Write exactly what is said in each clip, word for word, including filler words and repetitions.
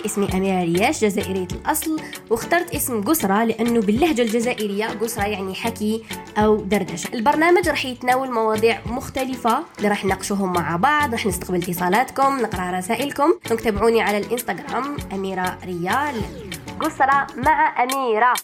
اسمي أميرة رياش، جزائرية الأصل، واخترت اسم قسرة لأنه باللهجة الجزائرية قسرة يعني حكي أو دردشة. البرنامج رح يتناول مواضيع مختلفة اللي رح نناقشوهم مع بعض، رح نستقبل اتصالاتكم، نقرأ رسائلكم. تابعوني على الإنستغرام أميرة ريال، قسرة مع أميرة.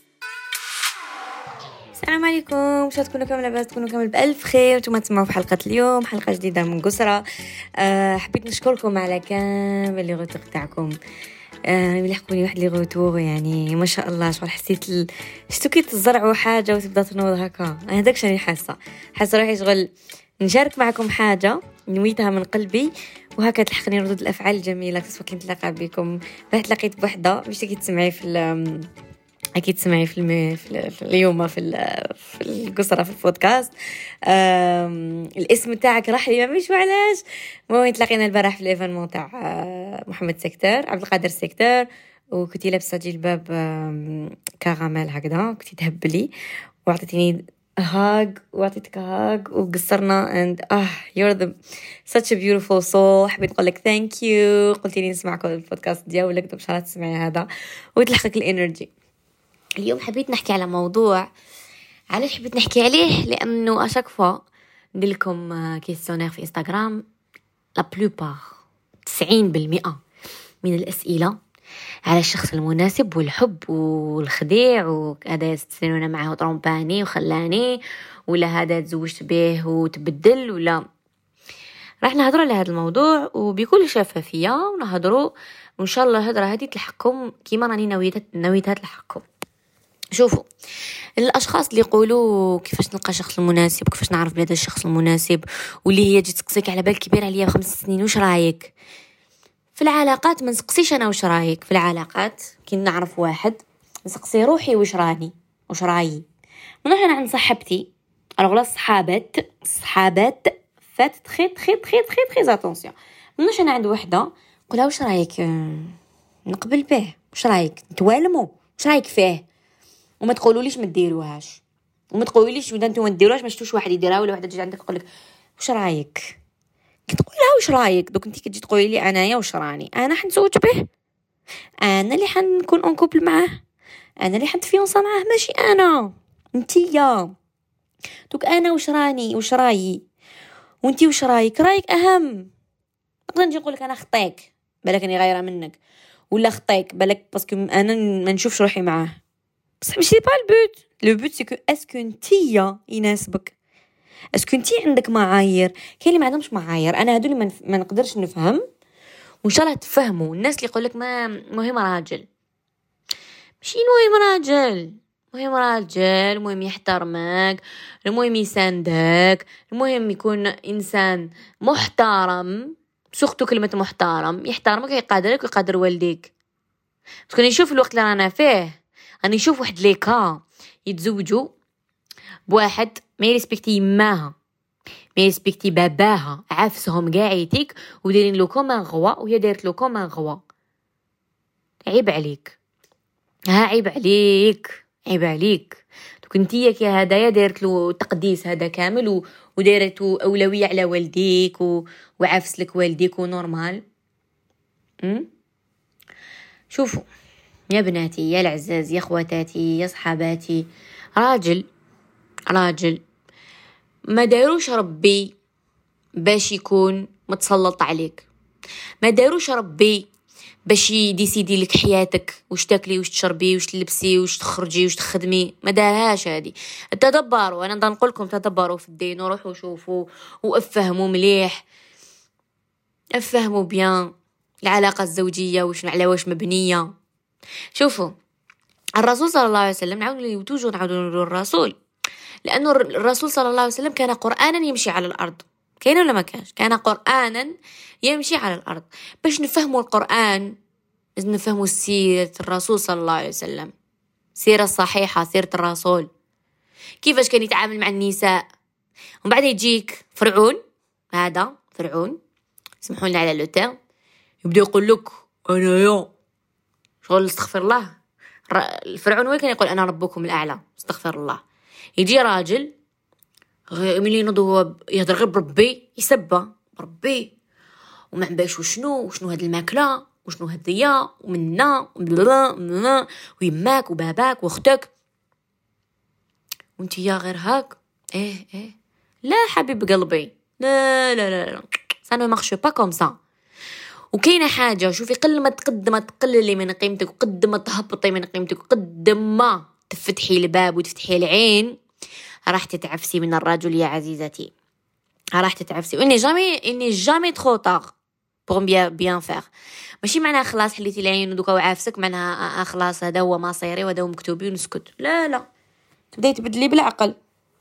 السلام عليكم، ان شاء الله تكونوا كامل لاباس، تكونوا كامل بألف خير. وانتم تسمعوا في حلقة اليوم، حلقة جديدة من قسرة. أه حبيت نشكركم على كامل اللي غوتو تاعكم. أه يلحقوني واحد اللي غوتو يعني ما شاء الله. شغل حسيت ال... شتو كي تزرعوا حاجة وتبدا تنوض هكا، انا هذاك شنو حاسة حاسة روحي شغل نشارك معكم حاجة نويتها من قلبي، وهكا تلحقني ردود الافعال الجميلة. كسوا كي نتلاقى بكم بعد لقيت بوحدة باش تيجي تسمعي في اكيد تسمعي في, الم... في, في اليوم في ال... في القصرة في البودكاست. أم... الاسم تاعك راح لي ما مش علاش. المهم تلاقينا البارح في الايفينمون تاع محمد سكتر عبد القادر سكتر، وكنتي لابسه جلباب كراميل هكذا، كنتي تهبلي وعطيتيني هاج وعطيتك هاج وقصرنا and اه you're the such a beautiful soul. حبيت نقول لك thank you. قلتي لي نسمعكم البودكاست ديالك دابا شحال تسمعي هذا وتلحقك الانرجي. اليوم حبيت نحكي على موضوع. علاش حبيت نحكي عليه؟ لانه اشاك فوا ندير لكم كيسيونير في انستغرام، لا بلوبار تسعين بالمئة من الاسئله على الشخص المناسب والحب والخديع، وهذا يستنون معه طرومباني وخلاني، ولا هذا تزوجت به وتبدل، ولا راح نهضروا على هذا الموضوع وبكل شفافيه ونهضروا، وان شاء الله الهضره هذه تلحقكم كيما راني نويت نويتها تلحقكم. شوفوا الاشخاص اللي يقولوا كيفاش نلقى الشخص المناسب وكيفاش نعرف بهذا الشخص المناسب، واللي هي جيت تسقسيك على بال كبير عليا بخمس سنين واش رايك في العلاقات. ما نسقسيش انا واش رايك في العلاقات. كي نعرف واحد نسقسي روحي واش راني واش رايي. نروح انا عند صاحبتي الوغ صحابات صحابات فات خيط خيط خيط خيط خيط اتونسيون. نروح انا عند وحده نقولها واش رايك نقبل به، واش رايك نتوالموا، واش رايك فيه. وما تقولوليش ما ديروهاش، وما تقولوليش ودا نتوما ما ديروهاش ما شفتوش واحد يديرها، ولا واحده تجي عندك تقول لك واش رايك. كتقول لها واش رايك دوك انت كتجي تقولي لي انايا واش راني، انا حنتزوج به، انا اللي حنكون اون كوبل معاه، انا اللي حنتفيونصا معاه، ماشي انا انتيا. دوك انا واش راني واش رايي وانتي واش رايك. رايك اهم. نقدر نجي نقول لك انا خطيك بالك اني غايره منك، ولا خطيك بالك باسكو انا ما نشوفش روحي معاه، بصح ماشي با البوت. لو بوت سي كو اسكو انتيا يناسبك، اسكو انتي عندك معايير. كاين اللي ما عندهمش معايير، انا هادو اللي ما نقدرش نفهم، وان شاء الله تفهموا. الناس اللي يقول لك ما مهم راجل، ماشي مهم راجل، مهم راجل المهم يحترمك، المهم يساندك، المهم يكون انسان محترم. سوختو كلمه محترم، يحترمك ويقدرك ويقدر والديك. بس نشوف الوقت اللي رانا فيه، انا نشوف واحد ليكا يتزوجوا بواحد ما يريسبكتي يماها، ما يريسبكتي باباها، عافسهم قاعيتك وديرين له كوم غوا وهي دارت له كوم غوا. عيب عليك، ها عيب عليك، عيب عليك. دوك انتيا كي هدايا دارت له تقديس هذا كامل و... ودارته اولويه على والديك و... وعافس لك والديك ونورمال. م? شوفوا يا بناتي يا العزاز يا خواتاتي يا صحاباتي، راجل راجل ما داروش ربي باش يكون متسلط عليك، ما داروش ربي باش يديسيدي لك حياتك، واش تاكلي واش تشربي واش تلبسي واش تخرجي واش تخدمي. ما دارهاش هذه. تدبروا، انا نضل نقول لكم تدبروا في الدين وروحوا شوفوا وافهموا مليح، افهموا بيان العلاقه الزوجيه واش على واش مبنيه. شوفوا الرسول صلى الله عليه وسلم، نعاود توجو نعاودو نقولوا الرسول، لانه الرسول صلى الله عليه وسلم كان قرانا يمشي على الارض. كاين ولا ما كانش؟ كان قرانا يمشي على الارض. باش نفهموا القران لازم نفهموا سيره الرسول صلى الله عليه وسلم، سيره صحيحه، سيره الرسول كيفاش كان يتعامل مع النساء. ومن بعد يجيك فرعون، هذا فرعون سمحوا لنا على لو تيرم، يبدا يقول لك انا يا شغل استغفر الله. الفرعون وين كان يقول انا ربكم الاعلى، استغفر الله. يجي راجل ملي نضو يهضر غير بربي، يسبه بربي وما باش وشنو وشنو هاد الماكله وشنو هديه ومنا ويماك وباباك واختك وانت يا غير هاك. ايه ايه لا حبيب قلبي، لا لا لا لا ça ne marche pas comme ça. وكاينه حاجه، شوفي قل ما تقد ما تقللي من قيمتك وقد ما تهبطي من قيمتك وقد ما تفتحي الباب وتفتحي العين راح تتعفسي من الرجل يا عزيزتي، راح تتعفسي. واني جامي اني جامي ترو طاغ بور بيان بيان فير. ماشي معناها خلاص حليتي العين ودوكا وعافسك معناها خلاص هذا هو مصيري وهذا هو مكتوبي ونسكت. لا لا، تبداي تبدلي بالعقل،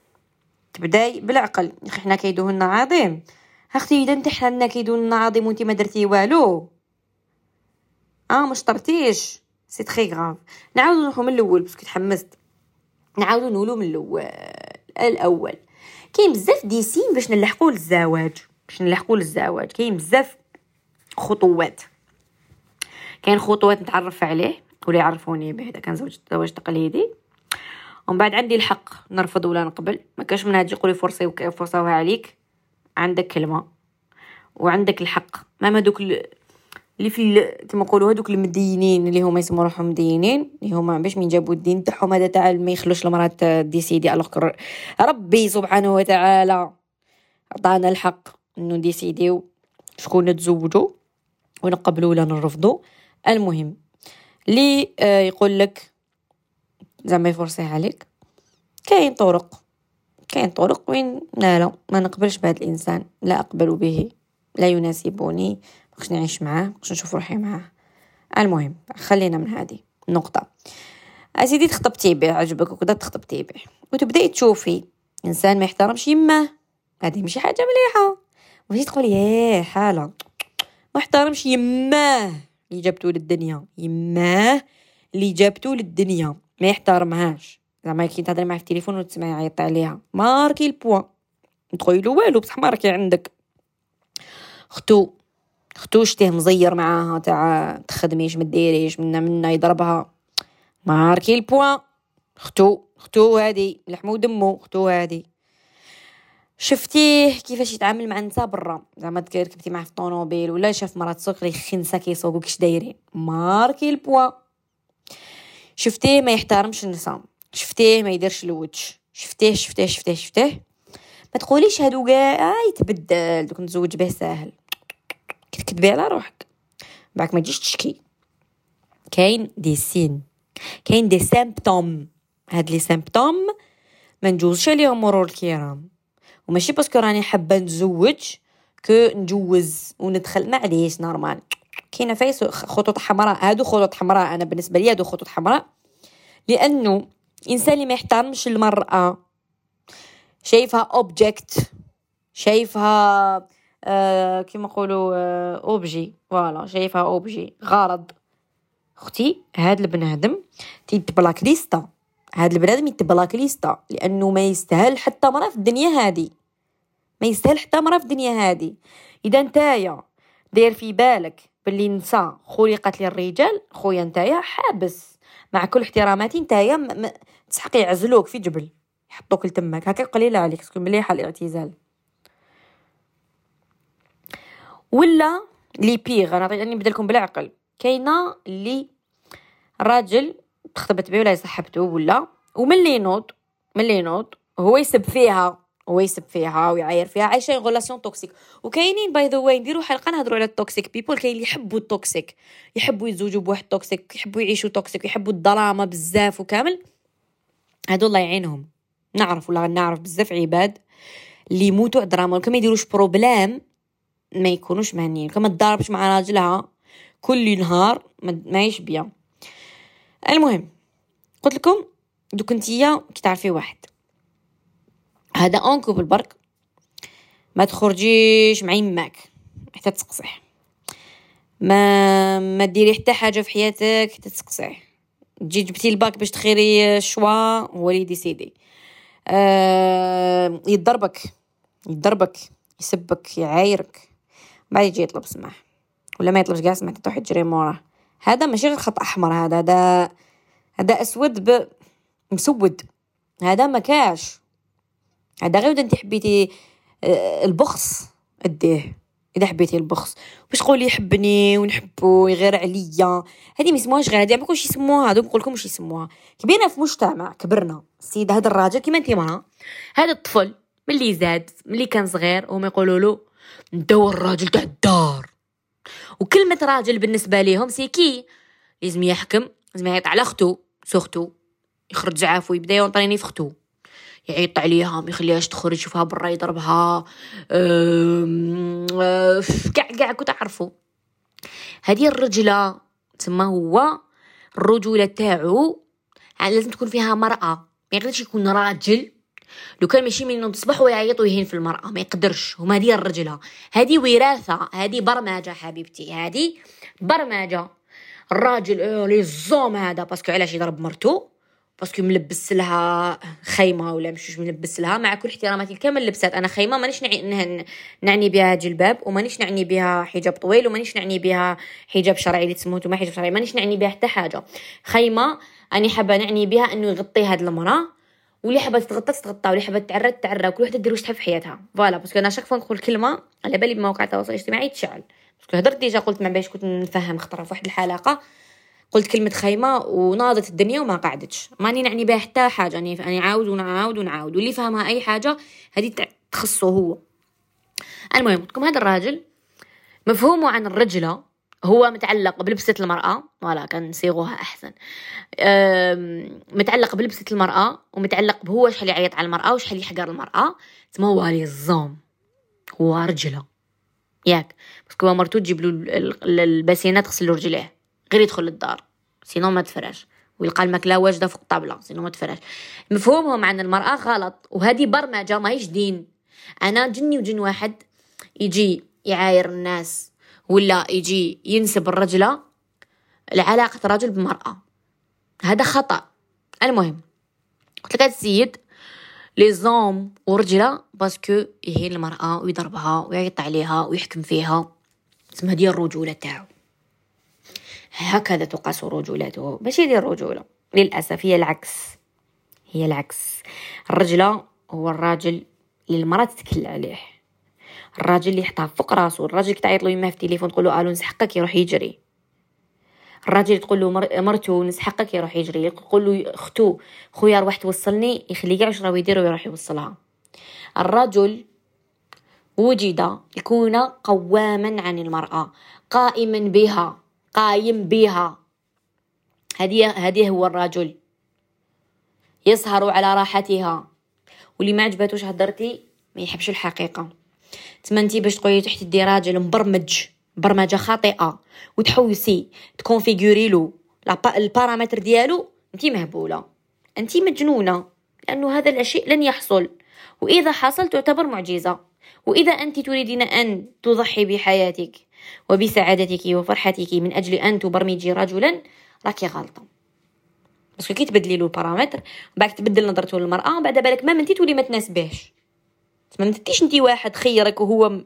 تبداي بالعقل. اخي حنا كيدوهن عظيم، اختي اذا انت حنا كيدوهن عظيم وانت ما درتي والو اه ما شطرتيش سي تري غراف. نعاودو نروحو من الاول باسكو تحمست، نعاودو نقولو من الاول. الاول كاين بزاف دي سين باش نلحقوا للزواج، باش نلحقوا للزواج كاين بزاف خطوات. كاين خطوات نتعرف عليه ولا يعرفوني به اذا كان زواج زواج تقليدي، ومن بعد عندي الحق نرفض ولا نقبل. ما كاش من هاد يقولوا فرصي فرصوها عليك، عندك كلمه وعندك الحق. ما دوك اللي في كما نقولوا هذوك المدينين اللي هما يسموا روحهم مدينين، اللي هما باش من جابوا الدين تاعهم هذا تاع ما يخلوش المراه ديسيدي. الوغ ربي سبحانه وتعالى عطانا الحق انه ديسيديو شكون نتزوجوا ونقبلوا ولا نرفضوا. المهم اللي يقول لك زعما يفرصيه عليك، كاين طرق كاين طرق وين لا لا ما نقبلش بهذا الانسان، لا اقبل به، لا يناسبني، باش نعيش معاه، باش نشوف روحي معاه. المهم خلينا من هذه النقطه. اسيدي تخطبتي به عجبك وكذا تخطبتي به وتبداي تشوفي انسان ما يحترمش يماه، هذه ماشي حاجه مليحه. وتجي تقولي ياه حاله ما احترمش يماه اللي جابته للدنيا، يماه اللي جابته للدنيا ما يحترمهاش. زعما كي تهضري معاه في التليفون وتسمعي يعيط عليها ماركي البوان، تقولي له والو بصح ماركي عندك. اختو اختو شتيه مزير معاها تاع تخدميش ما ديريش منا منا يضربها، ماركي البوان. اختو اختو هادي لحمو ودمو، اختو هادي. شفتيه كيفاش يتعامل مع النساء برا، زعما ركبتي معاه في الطونوبيل ولا شاف مرات سوق لي خنسه كيسوقوا كيش دايرين، ماركي البوان. شفتيه ما يحترمش النساء، شفتيه ما يديرش الوجه، شفتيه شفتيه شفتيه شفتيه ما تقوليش هادو كاع يتبدل دوك نتزوج به ساهل، كتكذبي على روحك باك ما تجيش تشكي. كاين دي سين، كاين دي سيمبتوم، هاد لي سيمبتوم ما نجوزش عليهم مرور الكرام. وماشي باسكو راني حابه نتزوج كو نجوز وندخل، معليش نورمال. كاينه فايس خطوط حمراء، هادو خطوط حمراء. انا بالنسبه لي هادو خطوط حمراء، لانه انسان اللي ما يحترمش المراه شايفها اوبجكت، شايفها آه كيما نقولوا آه اوبجي، فوالا شايفها اوبجي، غرض. اختي هاد البنادم تيتبلاك ليستا، هاد البنادم يتبلاك ليستا، لانه ما يستاهل حتى مرة في الدنيا هادي، ما يستاهل حتى مرة في الدنيا هادي. اذا نتايا داير في بالك باللي نساء خلقت للرجال، خويا نتايا حابس مع كل احتراماتي، نتايا م... م... تسحقي يعزلوك في جبل يحطوك لتمك هكا، قليله عليك تكون مليحه الاعتزال. ولا لي بيغ، انا راني نبدلكم بالعقل. كاينه اللي راجل تخطبت به ولا صاحبته ولا، وملي ينوض ملي ينوض هو يسب فيها، هو يسب فيها ويعاير فيها، عايشه غولاسيون توكسيك. وكاينين باي ذا واي نديروا حلقه نهضروا على التوكسيك بيبل. كاين اللي يحبوا التوكسيك، يحبوا يتزوجوا بواحد توكسيك، يحبوا يعيشوا توكسيك، يحبوا الدراما بزاف وكامل. هادو الله يعينهم. نعرف ولا نعرف بزاف عباد اللي يموتوا دراما، كما يديروش بروبلام ما يكونوش مهنيين، كما تضاربش مع راجلها كل نهار ما يشبيا. المهم قلت لكم دوك انتيا كي تعرفي واحد هذا اون كوبل برك، ما تخرجيش مع يماك حتى تسقسيه، ما ما ديري حتى حاجه في حياتك حتى تسقسيه. تجي جبتي الباك باش تخيري الشوا هو اللي ديسيدي. أه يضربك يضربك يسبك يعايرك، بعد يجي يطلب سماح ولا ما يطلبش كاع سماح تروحي تجري موراه. هذا ماشي غير خط احمر، هذا هذا هذا اسود ب مسود، هذا ما كاش. هذا غير انت حبيتي البخص اديه اذا حبيتي البخص باش تقولي يحبني ونحبو يغير عليا، هذه ما يسموهاش غير، هذه ما كلشي يسموها، دوك نقول لكم واش يسموها. كبرنا في مجتمع، كبرنا السيد هذا الراجل كيما انت مرا، هذا الطفل ملي زاد ملي كان صغير وما يقولوا له انت هو الراجل تاع الدار، وكلمه راجل بالنسبه ليهم سيكي لازم يحكم، لازم يعيط على اختو سختو، يخرج زعافو يبدا ينطريني في اختو، يعيط عليها ما يخليهاش تخرج، يشوفها برا يضربها، كاع كاع كنت تعرفوا هذه الرجله تسمى هو الرجوله تاعو لازم تكون فيها مرأة، ما يقدرش يكون راجل لو كان ماشي من تصبح ويعيط ويهين في المرأة، ما يقدرش. هما هذه الرجله، هذه وراثه، هذه برمجه حبيبتي، هذه برمجه. الراجل اه لي الزوم هذا باسكو علاش يضرب مرتو، باسكو ملبس لها خيمه ولا مش ملبس لها، مع كل احتراماتي الكامل لبسات انا خيمه مانيش نعني نعني بها جلباب، ومانيش نعني بها حجاب طويل، ومانيش نعني بها حجاب شرعي اللي تسموه نتوما حجاب شرعي، مانيش نعني بها حتى حاجه. خيمه اني حابه نعني بها انه يغطي هاد المراه، واللي حابه تتغطى تتغطى، واللي حابه تعرى تعرى، وكل وحده دير واش تحب في حياتها. فوالا باسكو انا شاك فوا نقول كلمه على بالي بمواقع التواصل الاجتماعي تشعل، باسكو هضرت ديجا قلت ما باش كنت نفهم خطره في واحد الحلقه، قلت كلمه خيمه وناضت الدنيا وما قعدتش، ماني نعني بها حتى حاجه، يعني اني عاود ونعاود ونعاود، واللي فهمها اي حاجه هذه تخصه هو. المهم قلت لكم هذا الراجل مفهومه عن الرجله هو متعلق بلبسه المراه، ولا كان نصيغوها احسن، متعلق بلبسه المراه، ومتعلق بهو شحال يعيط على المراه وشحال يحقر المراه، تسمى هو لي الزوم، هو رجله ياك، باسكو مرتو تجيب له الباسينه تغسل له رجليه غير يدخل للدار، سينو ما تفرش، ويلقى الماكله واجده فوق الطابله، سينو ما تفرش. مفهومهم عن المراه غلط، وهذه برمجه ماهيش دين. انا جني وجن واحد يجي يعاير الناس ولا يجي ينسب الرجله لعلاقه الرجل بمراه، هذا خطا. المهم قلت لك هذا السيد لي زوم ورجله باسكو يهين المراه ويضربها ويعيط عليها ويحكم فيها، اسمها ديال الرجوله تاعو، هكذا تقاس رجولته. باش يدير الرجوله للاسف هي العكس، هي العكس. الرجله هو الراجل اللي المراه تتكل عليه، الراجل اللي يحطها فوق راسو، الراجل اللي تعيط له يما في التليفون تقول له الو نسحقك يروح يجري، الراجل اللي تقول له مر... مرتو نسحقك يروح يجري، يقول له اختو خويا روح توصلني يخلي كاع واش راهو يدير ويروح يوصلها. الرجل وجد يكون قواما عن المرأة، قائما بها، قايم بها، هذه هذه هو الرجل، يسهر على راحتها، واللي ما عجباتوش هضرتي ما يحبش الحقيقه. تمنتي باش تقولي تحت دي راجل مبرمج برمجه خاطئه وتحوسي تكونفيغوري له البارامتر ديالو، انت مهبوله، انت مجنونه، لانه هذا الشيء لن يحصل، واذا حصل تعتبر معجزه. واذا انت تريدين ان تضحي بحياتك وبسعادتك وفرحتك من اجل ان تبرمجي رجلا، راكي غلطه، بس كي تبدلي له البارامتر بعد تبدل نظرته للمراه، بعد بالك ما منتي تولي ما تناسبهش، ما منتيش انت واحد خيرك وهو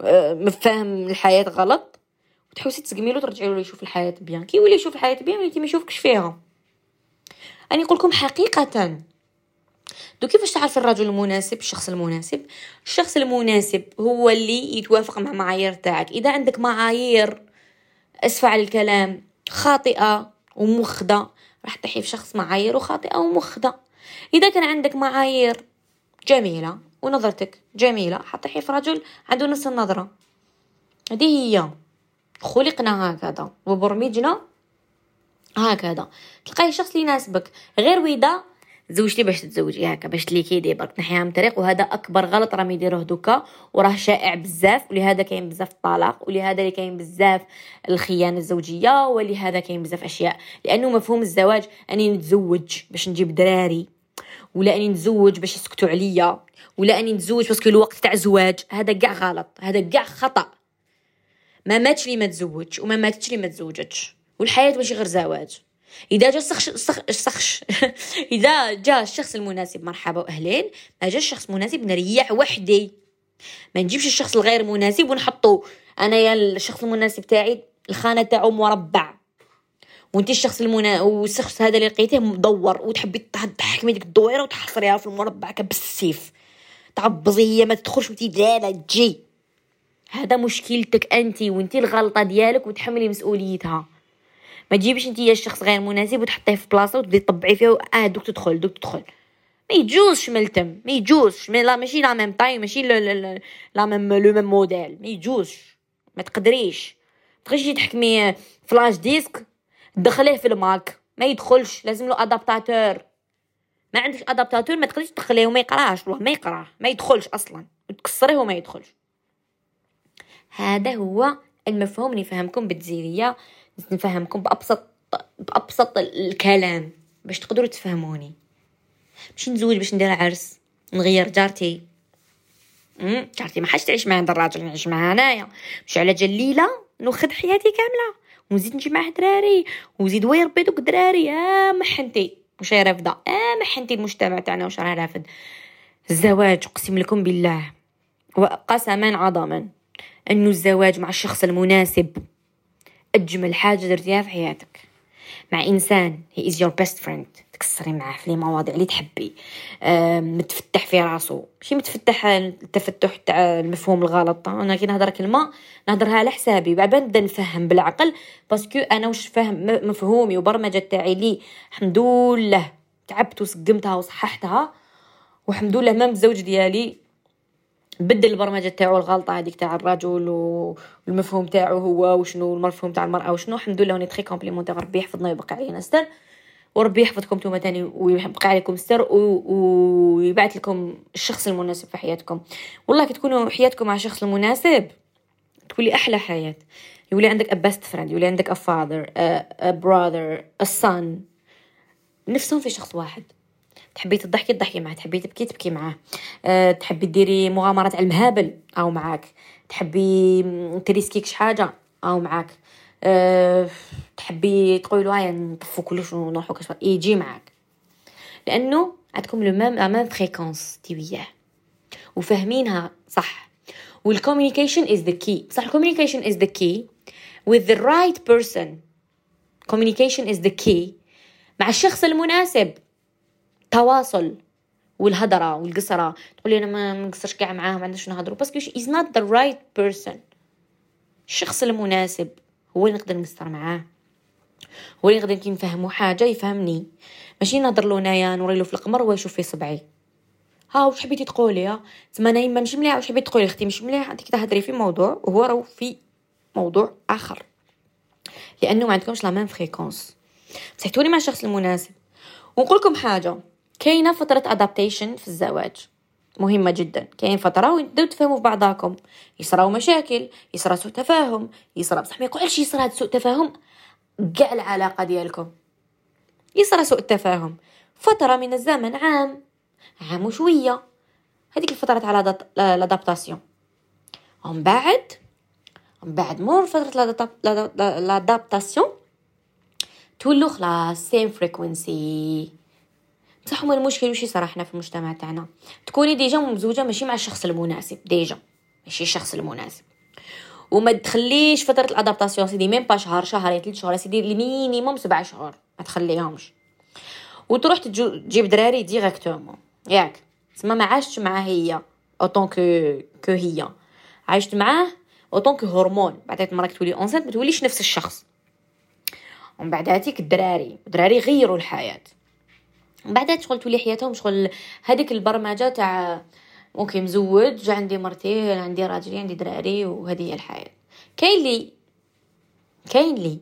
مفهم الحياه غلط وتحوسي تسقمي له ترجعي له يشوف الحياه بيان، كي يولي يشوف الحياه بيان انت ما يشوفكش فيها. اني نقول لكم حقيقه، دو كيفاش تعرف الرجل المناسب، الشخص المناسب؟ الشخص المناسب هو اللي يتوافق مع معايير تاعك. اذا عندك معايير اسفة على الكلام خاطئه ومخده، راح تحي في شخص معاييره خاطئه ومخده. اذا كان عندك معايير جميله ونظرتك جميله، حتحي في رجل عنده نفس النظره. هذه هي، خلقنا هكذا وبرمجنا هكذا. تلقاي الشخص اللي يناسبك، غير ويدا زوجتي باش تتزوجي هكا باش تليكي دي برك نحيها من طريق، وهذا اكبر غلط راهم يديروه دوكا وراه شائع بزاف، ولهذا كاين بزاف الطلاق، ولهذا اللي كاين بزاف الخيانه الزوجيه، ولهذا كاين بزاف اشياء، لانه مفهوم الزواج اني نتزوج باش نجيب دراري، ولا اني نتزوج باش يسكتوا عليا، ولا اني نتزوج باسكو الوقت تاع زواج. هذا كاع غلط، هذا كاع خطا. ما ماتش لي ما تزوجش وما ماتش لي ما تزوجتش، والحياه ماشي غير زواج. اذا جا الشخص الشخص اذا جا الشخص المناسب مرحبا واهلين، ما جا الشخص المناسب نريح وحدي، ما نجيبش الشخص الغير مناسب ونحطه انا يا الشخص المناسب تاعي الخانه تاعو مربع، وانت الشخص المنا والشخص هذا اللي لقيته مدور وتحبي تحكمي ديك الدويره وتحصريها في المربع كبالسيف، تعبزي هي ما تدخلش وتي لا تجي. هذا مشكلتك انت، وانت الغلطه ديالك وتحملي مسؤوليتها. ما تجيبش انت الشخص غير مناسب وتحطيه في بلاصه وتبدي تطبعي فيه اه دوك تدخل دوك تدخل. ما يجوزش ملتم، ما يجوزش، ما لا ماشي لا ميم طاي، ماشي لا لا ميم لو ميم موديل، ما يجوزش، ما تقدريش تخشي تحكمي فلاش ديسك تدخليه في الماك، ما يدخلش، لازم له ادابتاتور. ما عندكش ادابتاتور ما تقدريش تدخليه وما يقراش، والله ما يقراه، ما يدخلش اصلا، وتكسريه وما يدخلش. هذا هو المفهوم اللي نفهمكم بالجزائريه، نفهمكم بابسط بابسط الكلام باش تقدروا تفهموني. ماشي نزوج باش ندير عرس نغير جارتي، امم جارتي ما حاش تعيش مع هذا الراجل، نعيش معاه انايا، مش على جال ليله نوخد حياتي كامله ونزيد نجيب معاه دراري ونزيد هو يربي دوك دراري. اه محنتي واش هي رافضه، اه محنتي المجتمع تاعنا واش راه رافض. الزواج اقسم لكم بالله وقسما عظما انه الزواج مع الشخص المناسب اجمل حاجه درتيها في حياتك، مع انسان هي از يور بيست فريند، تكسري معاه في المواضيع اللي تحبي، متفتح في راسو، ماشي متفتح التفتح تاع المفهوم الغلط. انا كي نهضر كلمه نهضرها على حسابي، بعد نبدا نفهم بالعقل باسكو انا واش فاهم مفهومي وبرمجه تاعي لي الحمد لله تعبت وسقمتها وصححتها، والحمد لله مام الزوج ديالي بدل البرمجه تاعو الغلطه هذيك تاع الرجل والمفهوم تاعو هو وشنو المفهوم تاع المراه وشنو. الحمد لله وني تري كومبليمونتير، ربي يحفظنا ويبقى علينا ستر، وربي يحفظكم نتوما تاني ويبقى عليكم ستر ويبعث لكم الشخص المناسب في حياتكم. والله كتكونوا حياتكم مع الشخص المناسب تولي احلى حياه، يولي عندك a best friend، يولي عندك a father a, a brother a son، نفسهم في شخص واحد. تحبي تضحكي تضحكي معاه، تحبي تبكي تبكي معاه، أه تحبي ديري مغامرات على المهابل او معاك، تحبي تريسكيك شي حاجه او معاك، أه تحبي تقولوا هيا نطفوا كلش ونروحوا كاش يجي معاك، لانه عندكم لو ميم لا ميم فريكونس دي وياه وفاهمينها صح. والكوميونيكيشن از ذا كي، صح الكوميونيكيشن از ذا كي with the right person. communication is the key مع الشخص المناسب. تواصل والهدرة والقصرة، تقولي أنا ما نقصرش كاع معاه ما عندناش نهضروا باسكو is not the right person. الشخص المناسب هو اللي نقدر نقصر معاه، هو اللي نقدر كي نفهمه حاجة يفهمني، ماشي نهضر له نايا نوري له في القمر وهو يشوف في صبعي. ها واش حبيتي تقولي؟ ها تما انا يما مش مليح، واش حبيتي تقولي اختي مش مليح، انت تهضري في موضوع وهو راهو في موضوع اخر، لانه ما عندكمش لا ميم فريكونس. صحتوني مع الشخص المناسب. ونقول لكم حاجه، كاينه فتره ادابتيشن في الزواج مهمه جدا، كاين فتره وين تبداو تفهموا في بعضاكم، يصراو مشاكل، يصرا سوء تفاهم، يصرا بصح ما يقولش يصرا سوء تفاهم كاع العلاقه ديالكم، يصرا سوء التفاهم فتره من الزمن، عام عام وشويه، هذيك الفتره تاع لادابتاسيون. ومن بعد من بعد مور فتره لادابتاسيون تولوا خلاص سيم فريكوينسي. بصح هما المشكل وش يصرا حنا في المجتمع تاعنا، تكوني ديجا مزوجه ماشي مع الشخص المناسب، ديجا ماشي الشخص المناسب، وما تخليش فتره الادابتاسيون سيدي ميم با شهر شهرين ثلاث شهور، سيدي المينيموم سبع شهور ما تخليهمش، وتروح تجيب دراري ديريكتومون ياك. تسمى ما عاشتش معاه هي اوطون كو كو هي عايشت معاه اوطون كو هرمون، بعد مرة تولي اونسنت ما توليش نفس الشخص. ومن بعد هاتيك الدراري الدراري غيروا الحياه، من بعد شغل تولي حياتهم شغل هذيك البرمجه تاع اوكي مزوج عندي مرتي عندي راجلي عندي دراري وهذه هي الحياه. كاين لي كاين لي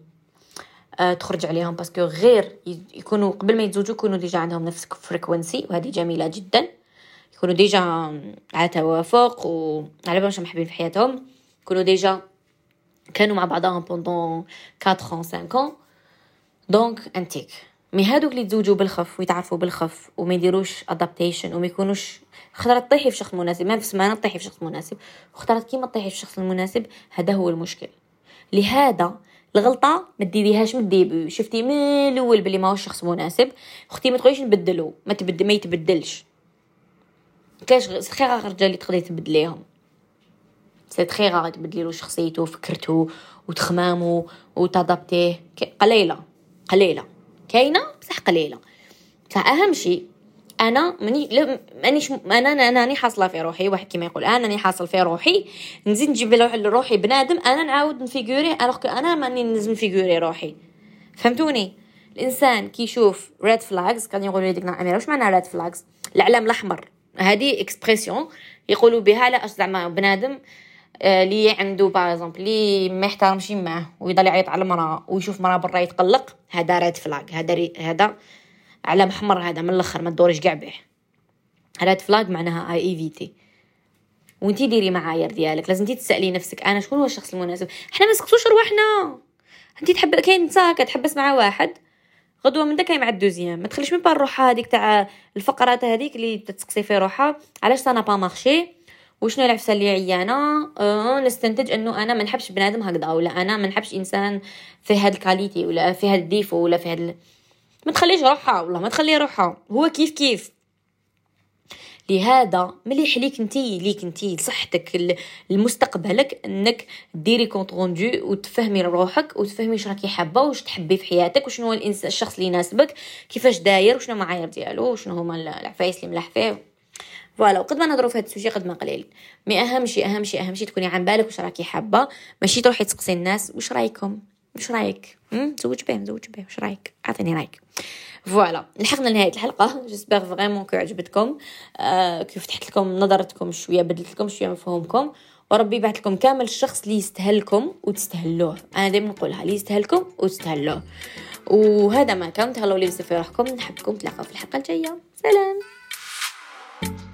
أه تخرج عليهم باسكو غير يكونوا قبل ما يتزوجوا يكونوا ديجا عندهم نفس فريكوينسي، وهذه جميله جدا، يكونوا ديجا على توافق وعلى بالهم محبين في حياتهم، يكونوا ديجا كانوا مع بعضهم بوندون أربعة خمسة ans. دونك انتيك مي هادوك اللي يتزوجوا بالخف ويتعرفوا بالخف وما يديروش ادابتيشن وما يكونوش خطرت طيحي في شخص مناسب، ما في سمانه طيحي في شخص مناسب وخطرت كيما طيحي في الشخص المناسب، هذا هو المشكل. لهذا الغلطه ما ديريهاش من الديبي، شفتي من الاول بلي ما هوش شخص مناسب، اختي ما تقوليش نبدلو، ما تبدل ما يتبدلش، كاش خير الرجال اللي تقدري تبدليهم، سي تري غار تبدلي له شخصيته وفكرته وتخمامه وتادابتيه، قليله قليله كاينه بصح قليله. بصح اهم شيء انا ماني لا مانيش انا انا راني حاصله في روحي، واحد كيما يقول انا راني حاصل في روحي، نزيد نجيب لروحي بنادم انا نعاود نفيغوري الوغ انا ماني نلزم نفيغوري روحي. فهمتوني؟ الانسان كي يشوف ريد فلاجز كان يقولوا لي ديك الاميره واش معنى ريد فلاجز؟ الاعلام الاحمر، هذه اكسبرسيون يقولوا بها لا زعما بنادم اللي عنده باغ لي ما يحترمش معاه ويضل يعيط على المراه ويشوف مراه برا يتقلق، هذا ريد فلاج، هذا هذا علم احمر، هذا من الاخر ما تدوريش كاع به. ريد فلاج معناها اي ايفيتي. وانتي ديري معايير ديالك، لازم انتي تسالي نفسك انا شكون هو الشخص المناسب. احنا ما نسقطوش رواحنا. انتي تحب كاين نساء كتحبس مع واحد غدوه من داك مع الدوزيام، ما تخليش من بار روحها هذيك تاع الفقرات هذيك اللي تتسقسي في روحها علاش سا با مارشي وشنو العفسه اللي عيانه. أه نستنتج انه انا ما نحبش بنادم هكذا، ولا انا ما نحبش انسان في هاد الكاليتي ولا في هاد الديفو ولا في هاد ال... ما تخليش روحها، والله ما تخلي روحها، هو كيف كيف. لهذا مليح ليك انتي ليك انتي لصحتك لمستقبلك انك ديري كونط روندو وتفهمي روحك وتفهمي واش راكي حابه واش تحبي في حياتك وشنو هو الانسان الشخص اللي يناسبك كيفاش داير وشنو المعايير ديالو وشنو هما العفايس اللي ملاح فيه. فوالا وقد ما نهضروا في هذا السوجي قد ما قليل، مي اهم شيء اهم شيء اهم شيء تكوني عن بالك واش راكي حابه، ماشي تروحي تسقسي الناس واش رايكم واش رايك زوج بيه زوج بيه واش رايك اعطيني رايك. فوالا لحقنا لنهايه الحلقه، جيسبر فريمون كو عجبتكم، آه كيف فتحت لكم نظرتكم شويه، بدلت لكم شويه مفهومكم، وربي يبعث لكم كامل الشخص اللي يستاهلكم وتستاهلوه. انا دائما نقولها اللي يستاهلكم وتستاهلوه. وهذا ما كان، تهلاو لي بزاف في روحكم، نحبكم، تلاقاو في الحلقه الجايه، سلام.